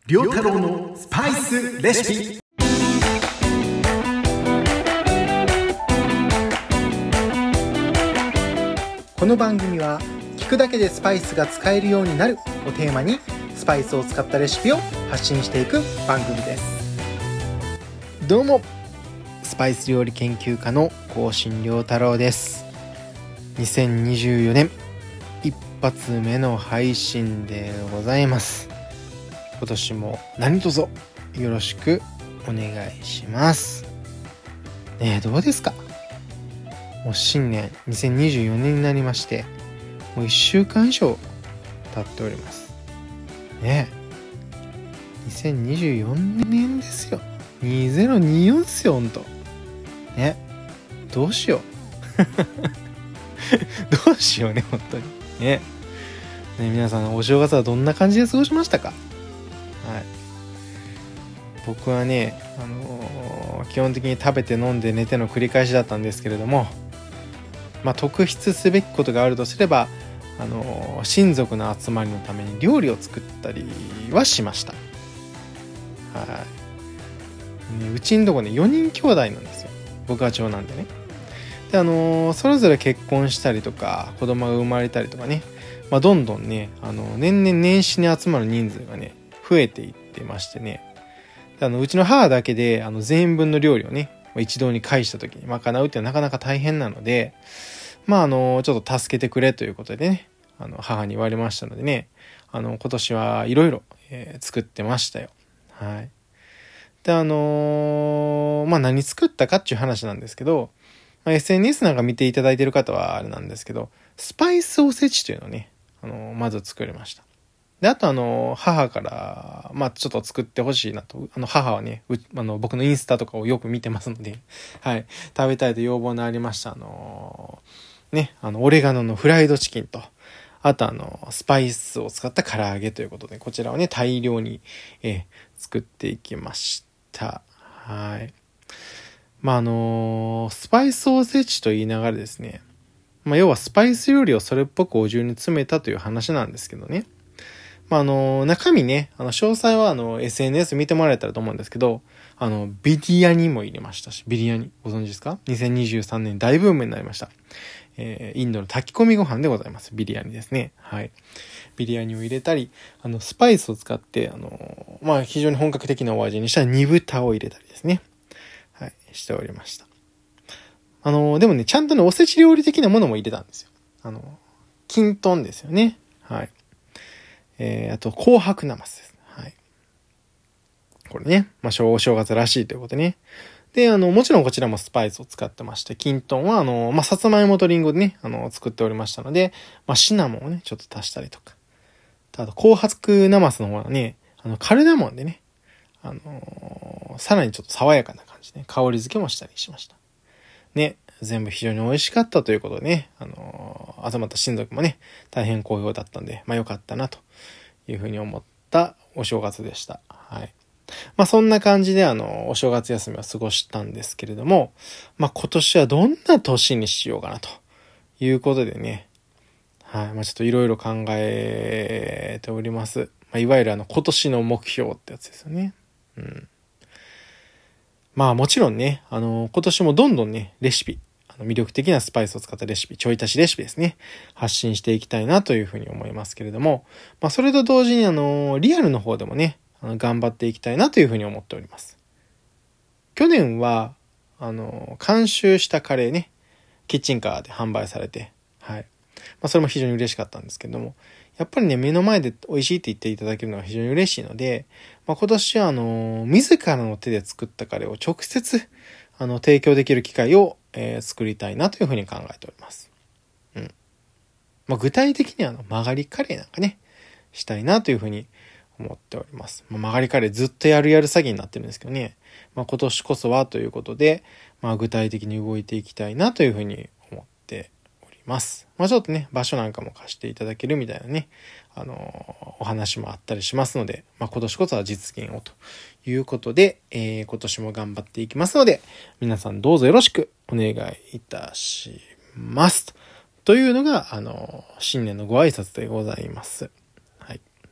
良太郎のスパイスレシピ。この番組は聞くだけでスパイスが使えるようになるをテーマに、スパイスを使ったレシピを発信していく番組です。どうも、スパイス料理研究家の香辛良太郎です。2024年一発目の配信でございます。今年も何卒よろしくお願いしますね。どうですか？もう新年2024年になりまして、もう1週間以上経っておりますね。2024年ですよ。2024ですよ、ほんとね。どうしようどうしようね、本当にね。皆さんお正月はどんな感じで過ごしましたか？はい、僕はね、基本的に食べて飲んで寝ての繰り返しだったんですけれども、特筆すべきことがあるとすれば、親族の集まりのために料理を作ったりはしました。はい、うちんとこね、4人兄弟なんですよ。僕は長男でね。で、それぞれ結婚したりとか、子供が生まれたりとかね、どんどんね、年々年始に集まる人数がね、増えていってましてね。で、うちの母だけで、全員分の料理をね、一堂に会した時に賄うってなかなか大変なので、ちょっと助けてくれということでね、母に言われましたのでね、今年はいろいろ作ってましたよ。はい。で、何作ったかっていう話なんですけど、SNS なんか見ていただいている方はあれなんですけど、スパイスおせちというのをね、まず作りました。で、あと母から、ちょっと作ってほしいなと、母はね、僕のインスタとかをよく見てますので、はい、食べたいと要望のありました、オレガノのフライドチキンと、あとスパイスを使った唐揚げということで、こちらをね、大量に、作っていきました。はい。スパイスおせちと言いながらですね、要はスパイス料理をそれっぽくお重に詰めたという話なんですけどね。中身ね、詳細はSNS 見てもらえたらと思うんですけど、ビリヤニも入れましたし、ビリヤニご存知ですか？ 2023 年大ブームになりました。インドの炊き込みご飯でございます。ビリヤニですね。はい。ビリヤニを入れたり、スパイスを使って、非常に本格的なお味にした煮豚を入れたりですね。はい、しておりました。でもね、ちゃんとね、おせち料理的なものも入れたんですよ。きんとんですよね。はい。あと、紅白なますです。はい。これね、お正月らしいということでね。で、もちろんこちらもスパイスを使ってまして、きんとんは、さつまいもとりんごでね、作っておりましたので、シナモンをね、ちょっと足したりとか。あと、紅白なますの方はね、カルダモンでね、さらにちょっと爽やかな感じで、ね、香り付けもしたりしました。ね、全部非常に美味しかったということでね、集まった親族もね、大変好評だったんで、良かったなというふうに思ったお正月でした。はい。そんな感じでお正月休みを過ごしたんですけれども、今年はどんな年にしようかなということでね、はい。ちょっといろいろ考えております。いわゆる今年の目標ってやつですよね。うん。もちろんね、今年もどんどんね、レシピ、魅力的なスパイスを使ったレシピ、ちょい足しレシピですね、発信していきたいなというふうに思いますけれども、それと同時にリアルの方でもね、頑張っていきたいなというふうに思っております。去年は、監修したカレーね、キッチンカーで販売されて、はい。それも非常に嬉しかったんですけども、やっぱりね、目の前で美味しいって言っていただけるのが非常に嬉しいので、今年は自らの手で作ったカレーを直接提供できる機会を、作りたいなというふうに考えております。うん。具体的には曲がりカレーなんかね、したいなというふうに思っております。曲がりカレーずっとやる詐欺になってるんですけどね、今年こそはということで、具体的に動いていきたいなというふうに思っております。ちょっとね、場所なんかも貸していただけるみたいなね、お話もあったりしますので、今年こそは実現をということで、今年も頑張っていきますので、皆さんどうぞよろしくお願いいたします。というのが、新年のご挨拶でございます。はい。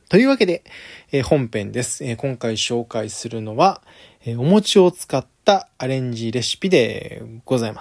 というわけで、本編です。今回紹介するのは、お餅を使ったアレンジレシピでございます。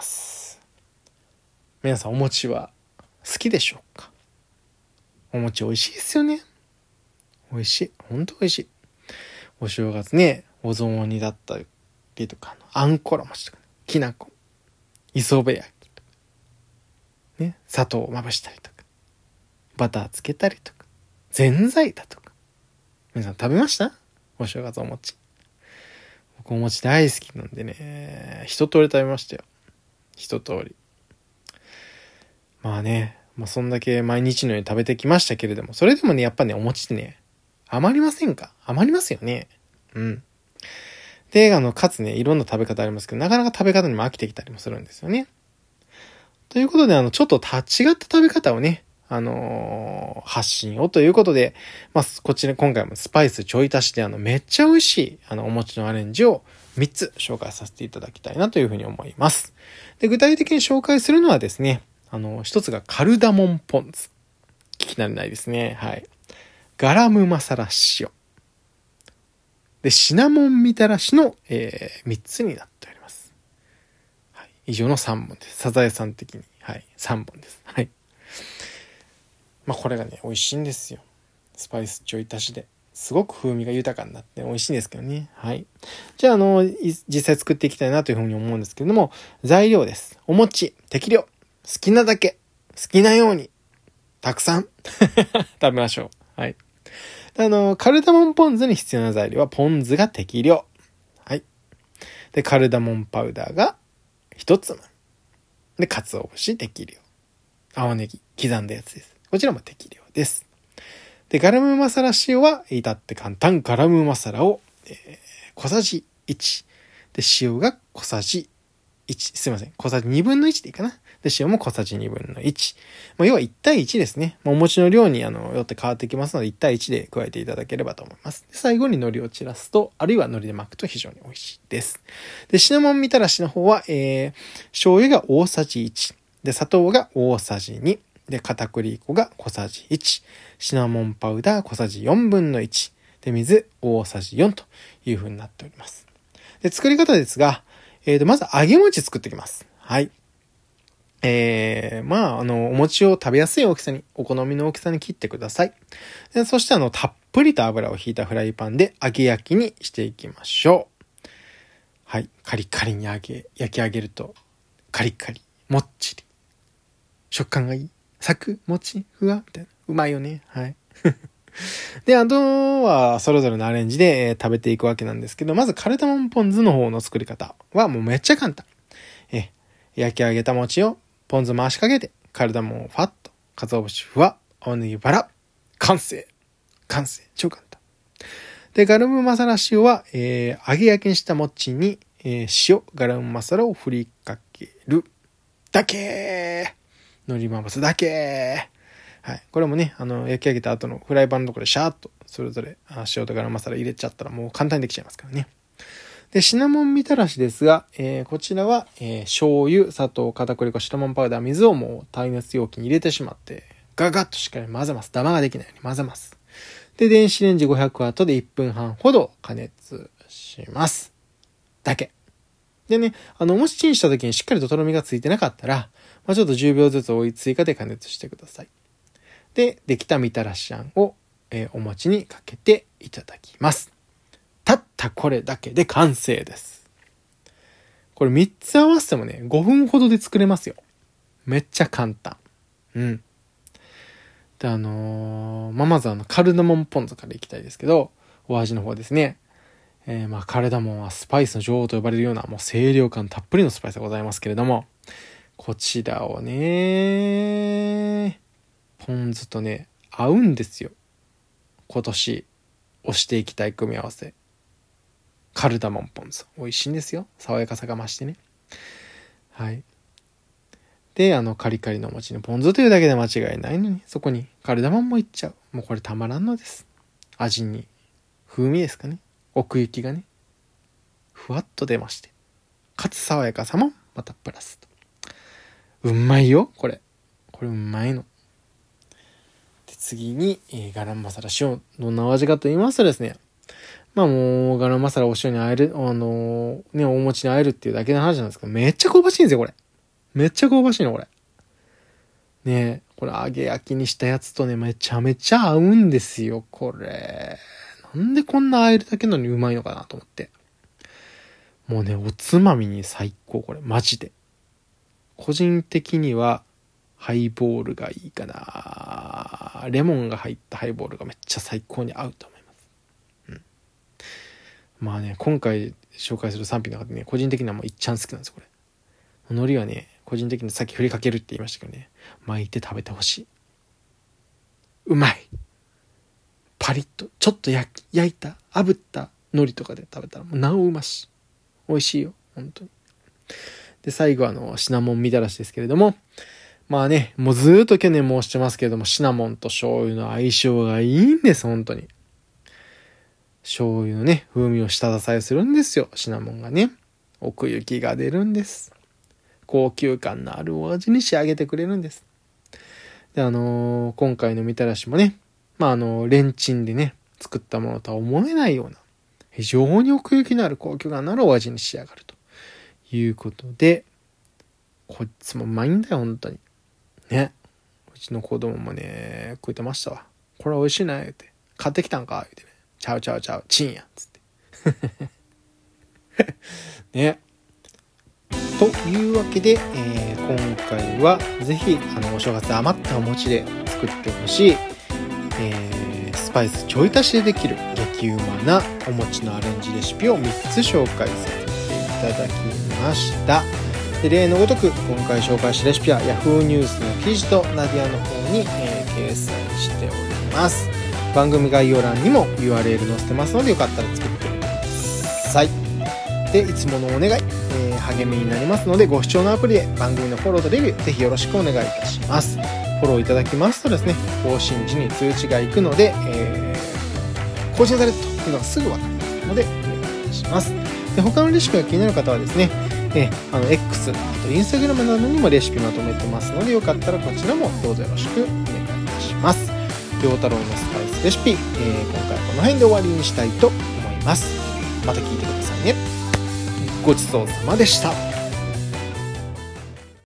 皆さんお餅は好きでしょうか？お餅美味しいですよね。美味しい。ほんと美味しい。お正月ね、お雑煮だったりとか、あんころ餅とか、きなこ、磯辺焼きとか、ね、砂糖をまぶしたりとか、バターつけたりとか、ぜんざいだとか。皆さん食べました？お正月お餅。僕お餅大好きなんでね、一通り食べましたよ。一通り。まあね、そんだけ毎日のように食べてきましたけれども、それでもね、やっぱね、お餅ってね、余りませんか？余りますよね。うん。で、かつね、いろんな食べ方ありますけど、なかなか食べ方にも飽きてきたりもするんですよね。ということで、ちょっと立ち違った食べ方をね、発信をということで、こちら今回もスパイスちょい足してめっちゃ美味しいお餅のアレンジを3つ紹介させていただきたいなというふうに思います。で、具体的に紹介するのはですね、一つがカルダモンポン酢。聞き慣れないですね。はい。ガラムマサラ塩。で、シナモンみたらしの、3つになっております。はい。以上の3本です。サザエさん的に。はい。3本です。はい。これがね、美味しいんですよ。スパイスちょい足しで。すごく風味が豊かになって美味しいんですけどね。はい。じゃあ、実際作っていきたいなというふうに思うんですけれども、材料です。お餅、適量。好きなだけ。好きなように。たくさん。食べましょう。はい。カルダモンポン酢に必要な材料は、ポン酢が適量。はい。で、カルダモンパウダーが1つまみ。で、鰹節適量。青ネギ、刻んだやつです。こちらも適量です。で、ガラムマサラ塩は至って簡単。ガラムマサラを、小さじ1。で、塩が小さじ1。すいません。小さじ2分の1でいいかな。で、塩も小さじ2分の1。要は1対1ですね。お餅の量によって変わってきますので、1対1で加えていただければと思います。で、最後に海苔を散らすと、あるいは海苔で巻くと非常に美味しいです。で、シナモンみたらしの方は、醤油が大さじ1。で、砂糖が大さじ2。で、片栗粉が小さじ1。シナモンパウダー小さじ4分の1。で、水大さじ4という風になっております。で、作り方ですが、まず揚げ餅作っていきます。はい。お餅を食べやすい大きさに、お好みの大きさに切ってください。で、そしてたっぷりと油を引いたフライパンで揚げ焼きにしていきましょう。はい。カリカリに焼き上げると、カリカリ、もっちり。食感がいい。サク、もち、ふわみたいな。うまいよね。はい。で、あとは、それぞれのアレンジで、食べていくわけなんですけど、まずカルダモンポン酢の方の作り方はもうめっちゃ簡単。焼き上げた餅をポン酢回しかけて、カルダモンをファッと、鰹節ふわ、青ネギバラ、完成。超簡単。で、ガラムマサラ塩は、揚げ焼きにした餅に、塩、ガラムマサラを振りかけるだけ。海苔まぶすだけ。はい。これもね、焼き上げた後のフライパンのところでシャーっと、それぞれ塩とガラムマサラ入れちゃったらもう簡単にできちゃいますからね。で、シナモンみたらしですが、こちらは、醤油、砂糖、片栗粉、シナモンパウダー、水をもう耐熱容器に入れてしまって、ガガッとしっかり混ぜます。ダマができないように混ぜます。で、電子レンジ500ワットで1分半ほど加熱します。だけ。でね、もしチンした時にしっかりととろみがついてなかったら、ちょっと10秒ずつ追加で加熱してください。で、できたみたらしあんを、お餅にかけていただきます。たったこれだけで完成です。これ3つ合わせてもね、5分ほどで作れますよ。めっちゃ簡単。うん。で、まずカルダモンポン酢からいきたいですけど、お味の方ですね。カルダモンはスパイスの女王と呼ばれるような、もう清涼感たっぷりのスパイスがございますけれども、こちらをね、ポン酢とね、合うんですよ。今年、推していきたい組み合わせ。カルダモンポン酢。美味しいんですよ。爽やかさが増してね。はい。で、カリカリの餅にポン酢というだけで間違いないのに、そこにカルダモンもいっちゃう。もうこれたまらんのです。味に、風味ですかね。奥行きがね、ふわっと出まして。かつ爽やかさもまたプラスと。うまいよ、これ。これうまいの。で次に、ガラムマサラ塩。どんなお味かと言いますとですね、まあもう、ガラムマサラお塩に和える、大餅に和えるっていうだけの話なんですけど、めっちゃ香ばしいんですよ、これ。めっちゃ香ばしいの、これ。ねこれ揚げ焼きにしたやつとね、めちゃめちゃ合うんですよ、これ。なんでこんな和えるだけのにうまいのかなと思って。もうね、おつまみに最高、これ。マジで。個人的には、ハイボールがいいかな。レモンが入ったハイボールがめっちゃ最高に合うと思います。まあね、今回紹介する3品の中でね、個人的にはもういっちゃん好きなんですよ、これ。海苔はね、個人的にさっき振りかけるって言いましたけどね、巻いて食べてほしい。うまい。パリッと、ちょっと焼いた、炙った海苔とかで食べたらもうなおうまし。美味しいよ、本当に。で、最後はシナモンみたらしですけれども、まあね、もうずーっと去年申してますけれども、シナモンと醤油の相性がいいんです、本当に。醤油のね、風味を下支えするんですよ、シナモンがね。奥行きが出るんです。高級感のあるお味に仕上げてくれるんです。で、今回のみたらしもね、まあレンチンでね、作ったものとは思えないような、非常に奥行きのある高級感のあるお味に仕上がるということで、こいつもうまいんだよ、本当に。ね。うちの子供もね、食いてましたわ。これ美味しいな、言うて。買ってきたんか言うてね。ちゃう、チンや、つって。ね。というわけで、今回はぜひ、お正月余ったお餅で作ってほしい、スパイスちょい足しでできる激うまなお餅のアレンジレシピを3つ紹介させていただきました。で、例のごとく今回紹介したレシピは Yahoo ニュースの記事とナディアの方に、掲載しております。番組概要欄にも URL 載せてますのでよかったら作ってみてください。で、いつものお願い、励みになりますのでご視聴のアプリで番組のフォローとレビューぜひよろしくお願いいたします。フォローいただきますとですね、更新時に通知が行くので、更新されたというのがすぐ分かりますのでお願いいたします。で、他のレシピが気になる方はですね、X、あと Instagram などにもレシピまとめてますのでよかったらこちらもどうぞよろしくお願いいたします。陽太郎のスパイスレシピ、今回はこの辺で終わりにしたいと思います。また聞いてくださいね。ごちそうさまでした。